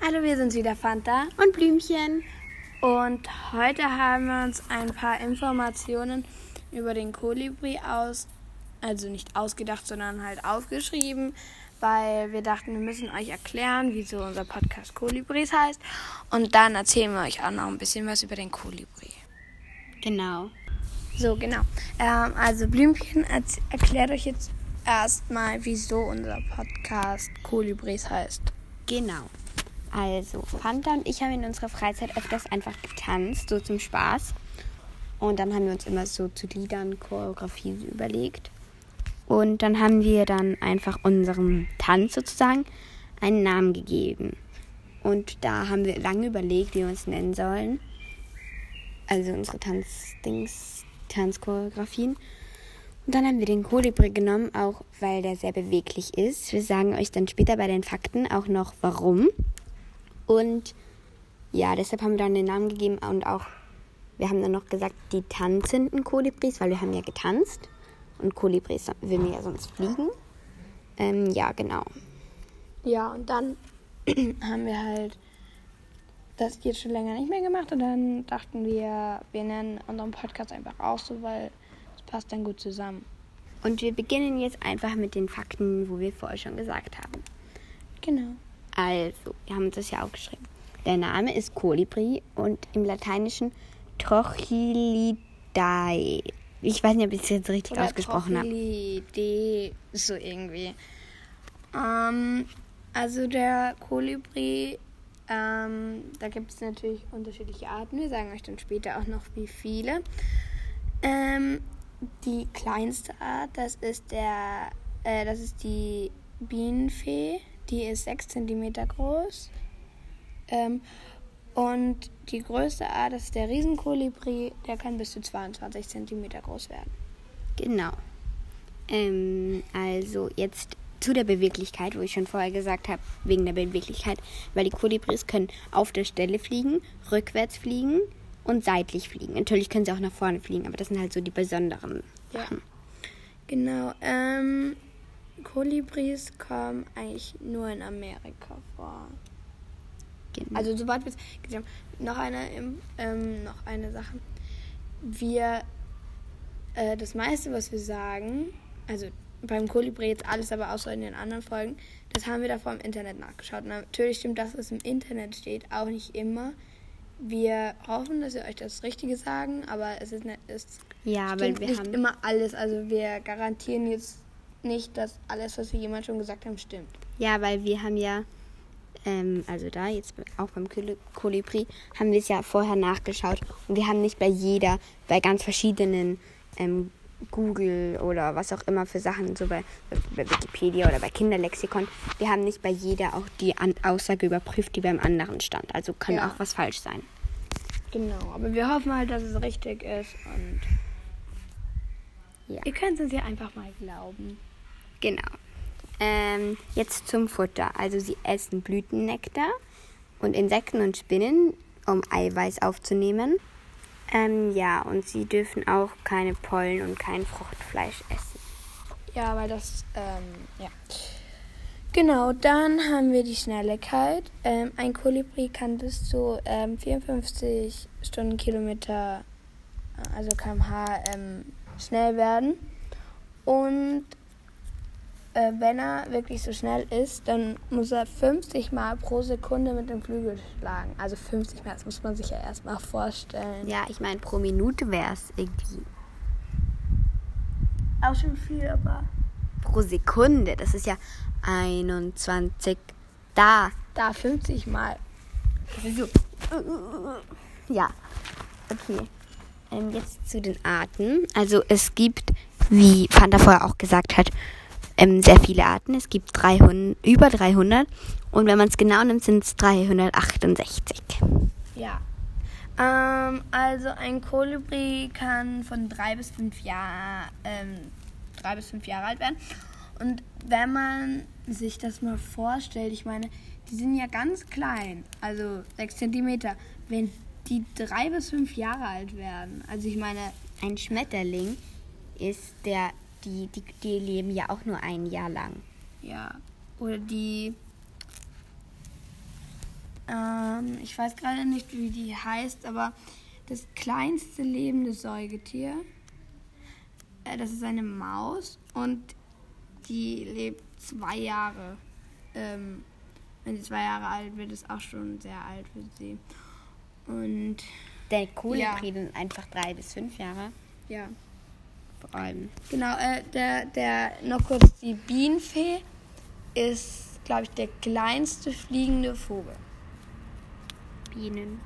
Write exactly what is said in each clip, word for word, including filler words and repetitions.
Hallo, wir sind wieder Fanta und Blümchen. Und heute haben wir uns ein paar Informationen über den Kolibri aus, also nicht ausgedacht, sondern halt aufgeschrieben, weil wir dachten, wir müssen euch erklären, wieso unser Podcast Kolibris heißt. Und dann erzählen wir euch auch noch ein bisschen was über den Kolibri. Genau. So, genau. Ähm, also Blümchen erz- erklärt euch jetzt erstmal, wieso unser Podcast Kolibris heißt. Genau. Also, Fanta und ich haben in unserer Freizeit öfters einfach getanzt, so zum Spaß. Und dann haben wir uns immer so zu Liedern Choreografie überlegt. Und dann haben wir dann einfach unserem Tanz sozusagen einen Namen gegeben. Und da haben wir lange überlegt, wie wir uns nennen sollen. Also unsere Tanzdings, Tanzchoreografien. Und dann haben wir den Kolibri genommen, auch weil der sehr beweglich ist. Wir sagen euch dann später bei den Fakten auch noch, warum. Und ja, deshalb haben wir dann den Namen gegeben und auch, wir haben dann noch gesagt, die tanzenden Kolibris, weil wir haben ja getanzt und Kolibris würden ja sonst fliegen. Ähm, ja, genau. Ja, und dann haben wir halt das jetzt schon länger nicht mehr gemacht und dann dachten wir, wir nennen unseren Podcast einfach auch so, weil es passt dann gut zusammen. Und wir beginnen jetzt einfach mit den Fakten, wo wir vorher schon gesagt haben. Genau. Also, wir haben uns das ja aufgeschrieben. Der Name ist Kolibri und im Lateinischen Trochilidae. Ich weiß nicht, ob ich es jetzt richtig Oder ausgesprochen habe. Trochilidae, so irgendwie. Ähm, also der Kolibri, ähm, da gibt es natürlich unterschiedliche Arten. Wir sagen euch dann später auch noch, wie viele. Ähm, die kleinste Art, das ist der, äh, das ist die Bienenfee. Die ist sechs Zentimeter groß. Ähm, und die größte Art, das ist der Riesenkolibri, der kann bis zu zweiundzwanzig Zentimeter groß werden. Genau. Ähm, also jetzt zu der Beweglichkeit, wo ich schon vorher gesagt habe, wegen der Beweglichkeit, weil die Kolibris können auf der Stelle fliegen, rückwärts fliegen und seitlich fliegen. Natürlich können sie auch nach vorne fliegen, aber das sind halt so die besonderen Sachen. Ja. Genau. Ähm, Kolibris kommen eigentlich nur in Amerika vor. Genau. Also soweit wir es gesehen haben. Noch eine, ähm, noch eine Sache. Wir, äh, das meiste, was wir sagen, also beim Kolibri jetzt alles, aber außer in den anderen Folgen, das haben wir davor im Internet nachgeschaut. Und natürlich stimmt das, was im Internet steht, auch nicht immer. Wir hoffen, dass wir euch das Richtige sagen, aber es ist nicht, es ja, stimmt weil wir nicht haben immer alles. Also wir garantieren jetzt nicht, dass alles, was wir jemals schon gesagt haben, stimmt. Ja, weil wir haben ja, ähm, also da jetzt auch beim Kolibri, haben wir es ja vorher nachgeschaut und wir haben nicht bei jeder, bei ganz verschiedenen ähm, Google oder was auch immer für Sachen, so bei, bei Wikipedia oder bei Kinderlexikon, wir haben nicht bei jeder auch die An- Aussage überprüft, die beim anderen stand. Also kann Ja. auch was falsch sein. Genau, aber wir hoffen halt, dass es richtig ist und Ja. ihr könnt es ja einfach mal glauben. Genau. Ähm, jetzt zum Futter. Also sie essen Blütennektar und Insekten und Spinnen, um Eiweiß aufzunehmen. Ähm, ja, und sie dürfen auch keine Pollen und kein Fruchtfleisch essen. Ja, weil das, ähm, ja. Genau, dann haben wir die Schnelligkeit. Ähm, ein Kolibri kann bis zu ähm, vierundfünfzig Stundenkilometer, also Kilometer pro Stunde, ähm, schnell werden. Und äh, wenn er wirklich so schnell ist, dann muss er fünfzig Mal pro Sekunde mit dem Flügel schlagen. Also fünfzig Mal, das muss man sich ja erstmal vorstellen. Ja, ich meine, pro Minute wäre es irgendwie. Auch schon viel, aber Pro Sekunde, das ist ja einundzwanzig. Da. da fünfzig Mal. Das ist so. Ja, okay. Ähm, jetzt zu den Arten. Also es gibt, wie Fanta vorher auch gesagt hat, ähm, sehr viele Arten. Es gibt dreihundert, über dreihundert. Und wenn man es genau nimmt, sind es dreihundertachtundsechzig. Ja. Ähm, also ein Kolibri kann von drei bis fünf Jahre, ähm, drei bis fünf Jahre alt werden. Und wenn man sich das mal vorstellt, ich meine, die sind ja ganz klein, also sechs Zentimeter. Wenn die drei bis fünf Jahre alt werden, also ich meine, Ein Schmetterling ist der, die, die, die leben ja auch nur ein Jahr lang. ja, oder die ähm, ich weiß gerade nicht, wie die heißt, aber das kleinste lebende Säugetier, äh, das ist eine Maus und die lebt zwei Jahre. Ähm, wenn sie zwei Jahre alt wird, ist auch schon sehr alt für sie. Und Der Kolibri Ja. sind einfach drei bis fünf Jahre. ja. Vor allem. Genau, äh, der, der, noch kurz, die Bienenfee ist, glaube ich, der kleinste fliegende Vogel. Bienen.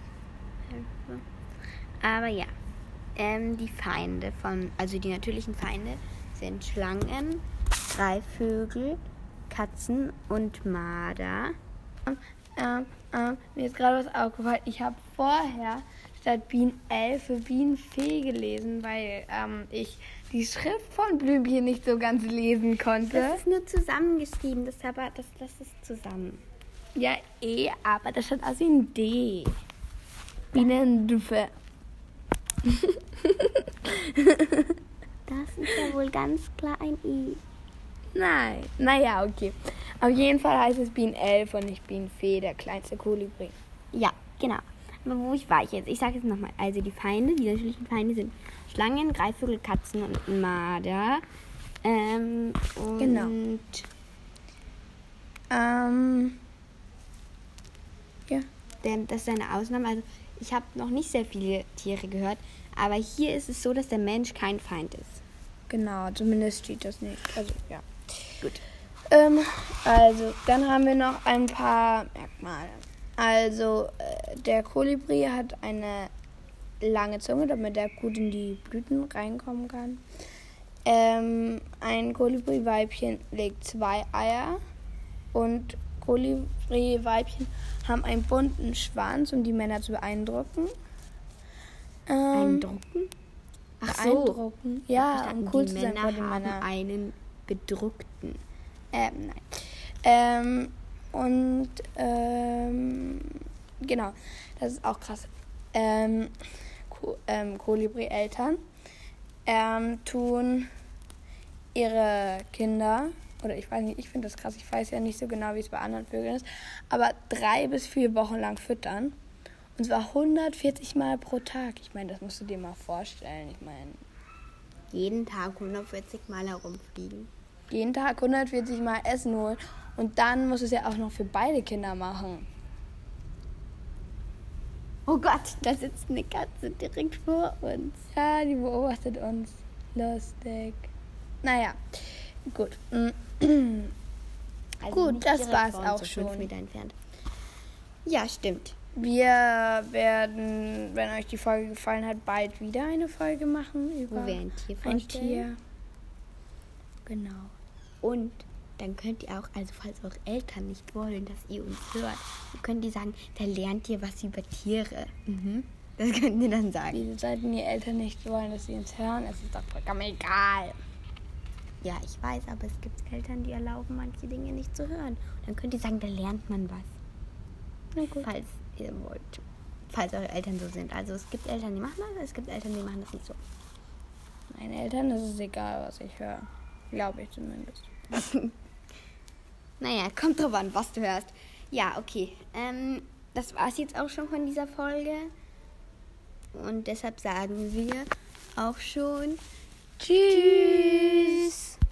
Aber ja. Ähm, die Feinde von, also die natürlichen Feinde sind Schlangen, Greifvögel, Katzen und Marder. Ähm, ähm, mir ist gerade was aufgefallen. Ich habe vorher statt Bienenelf für Bienenfee gelesen, weil ähm, ich die Schrift von Blümchen nicht so ganz lesen konnte. Das ist nur zusammengeschrieben, das, aber, das, das ist zusammen. Ja, eh, aber das hat aus wie ein D. Bienendüffe. Das ist ja wohl ganz klar ein I. Nein, naja, okay. Auf jeden Fall heißt es Bienenelf und nicht Bienenfee, der kleinste Kolibri. Ja, genau. Aber wo ich war ich jetzt? Ich sage jetzt nochmal. Also die Feinde, die natürlichen Feinde sind Schlangen, Greifvögel, Katzen und Marder. Ähm, und Genau. Ähm, ja. denn das ist eine Ausnahme. Also ich habe noch nicht sehr viele Tiere gehört, aber hier ist es so, dass der Mensch kein Feind ist. Genau, zumindest steht das nicht. Also, ja. Gut. Ähm, also, dann haben wir noch ein paar Merkmale. Also, äh, der Kolibri hat eine lange Zunge, damit er gut in die Blüten reinkommen kann. Ähm, ein Kolibri-Weibchen legt zwei Eier und Kolibri-Weibchen haben einen bunten Schwanz, um die Männer zu beeindrucken. Ähm, Eindrucken? Ach so. beeindrucken. Ja, Verstanden, um cool die zu sein Männer vor den haben Männern. einen bedruckten. Ähm, nein. Ähm, und, ähm, genau, das ist auch krass. Ähm, Ko- ähm, Kolibri-Eltern ähm, tun ihre Kinder, oder ich weiß nicht, ich finde das krass, ich weiß ja nicht so genau, wie es bei anderen Vögeln ist, aber drei bis vier Wochen lang füttern. Und zwar hundertvierzig Mal pro Tag. Ich meine, das musst du dir mal vorstellen. Ich meine, Jeden Tag hundertvierzig Mal herumfliegen. jeden Tag hundertvierzig Mal Essen holen. Und dann musst du es ja auch noch für beide Kinder machen. Oh Gott, da sitzt eine Katze direkt vor uns. Ja, die beobachtet uns. Lustig. Naja, gut. Also Gut, nicht das direkt war's vor uns, auch so schon. fünf Meter entfernt. Ja, stimmt. Wir werden, wenn euch die Folge gefallen hat, bald wieder eine Folge machen über Wo wir ein Tier ein vorstellen. Tier. Genau. Und dann könnt ihr auch, also falls eure Eltern nicht wollen, dass ihr uns hört, dann könnt ihr sagen, da lernt ihr was über Tiere. Mhm. Das könnt ihr dann sagen. Wieso sollten die Eltern nicht wollen, dass sie uns hören? Es ist doch vollkommen egal. Ja, ich weiß, aber es gibt Eltern, die erlauben, manche Dinge nicht zu hören. Dann könnt ihr sagen, da lernt man was. Na gut. Falls ihr wollt. Falls eure Eltern so sind. Also es gibt Eltern, die machen das, es gibt Eltern, die machen das nicht so. Meinen Eltern ist es egal, was ich höre. Glaube ich zumindest. Naja, kommt drauf an, was du hörst. Ja, okay. Ähm, das war's jetzt auch schon von dieser Folge. Und deshalb sagen wir auch schon Tschüss.